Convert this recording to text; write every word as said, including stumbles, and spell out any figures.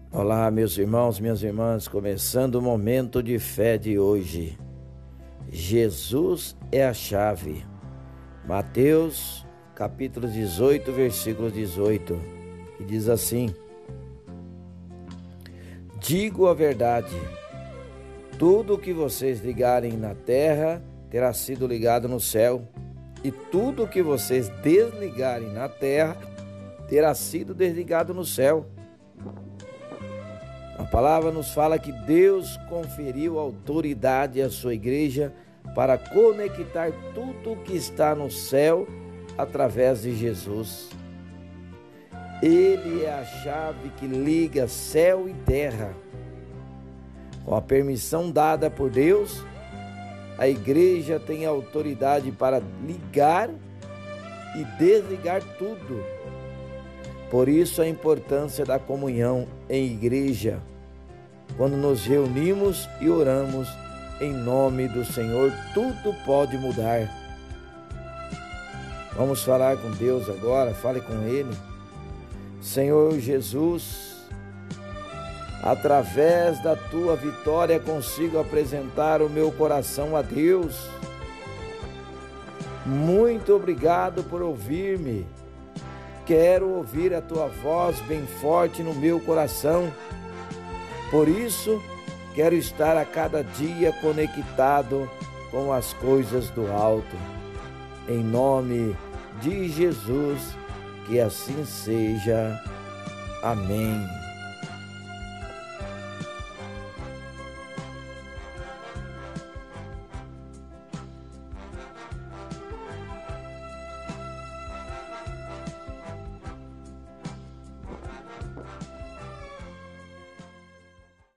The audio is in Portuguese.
Olá, meus irmãos, minhas irmãs, começando o momento de fé de hoje. Jesus é a chave. Mateus, capítulo dezoito, versículo dezoito, que diz assim: Digo a verdade, tudo o que vocês ligarem na terra terá sido ligado no céu, e tudo o que vocês desligarem na terra terá sido desligado no céu. A palavra nos fala que Deus conferiu autoridade à sua igreja para conectar tudo o que está no céu através de Jesus. Ele é a chave que liga céu e terra. Com a permissão dada por Deus, a igreja tem autoridade para ligar e desligar tudo. Por isso a importância da comunhão em igreja, quando nos reunimos e oramos em nome do Senhor, tudo pode mudar. Vamos falar com Deus agora, fale com Ele. Senhor Jesus, através da Tua vitória consigo apresentar o meu coração a Deus. Muito obrigado por ouvir-me. Quero ouvir a Tua voz bem forte no meu coração. Por isso, quero estar a cada dia conectado com as coisas do alto. Em nome de Jesus, que assim seja. Amém.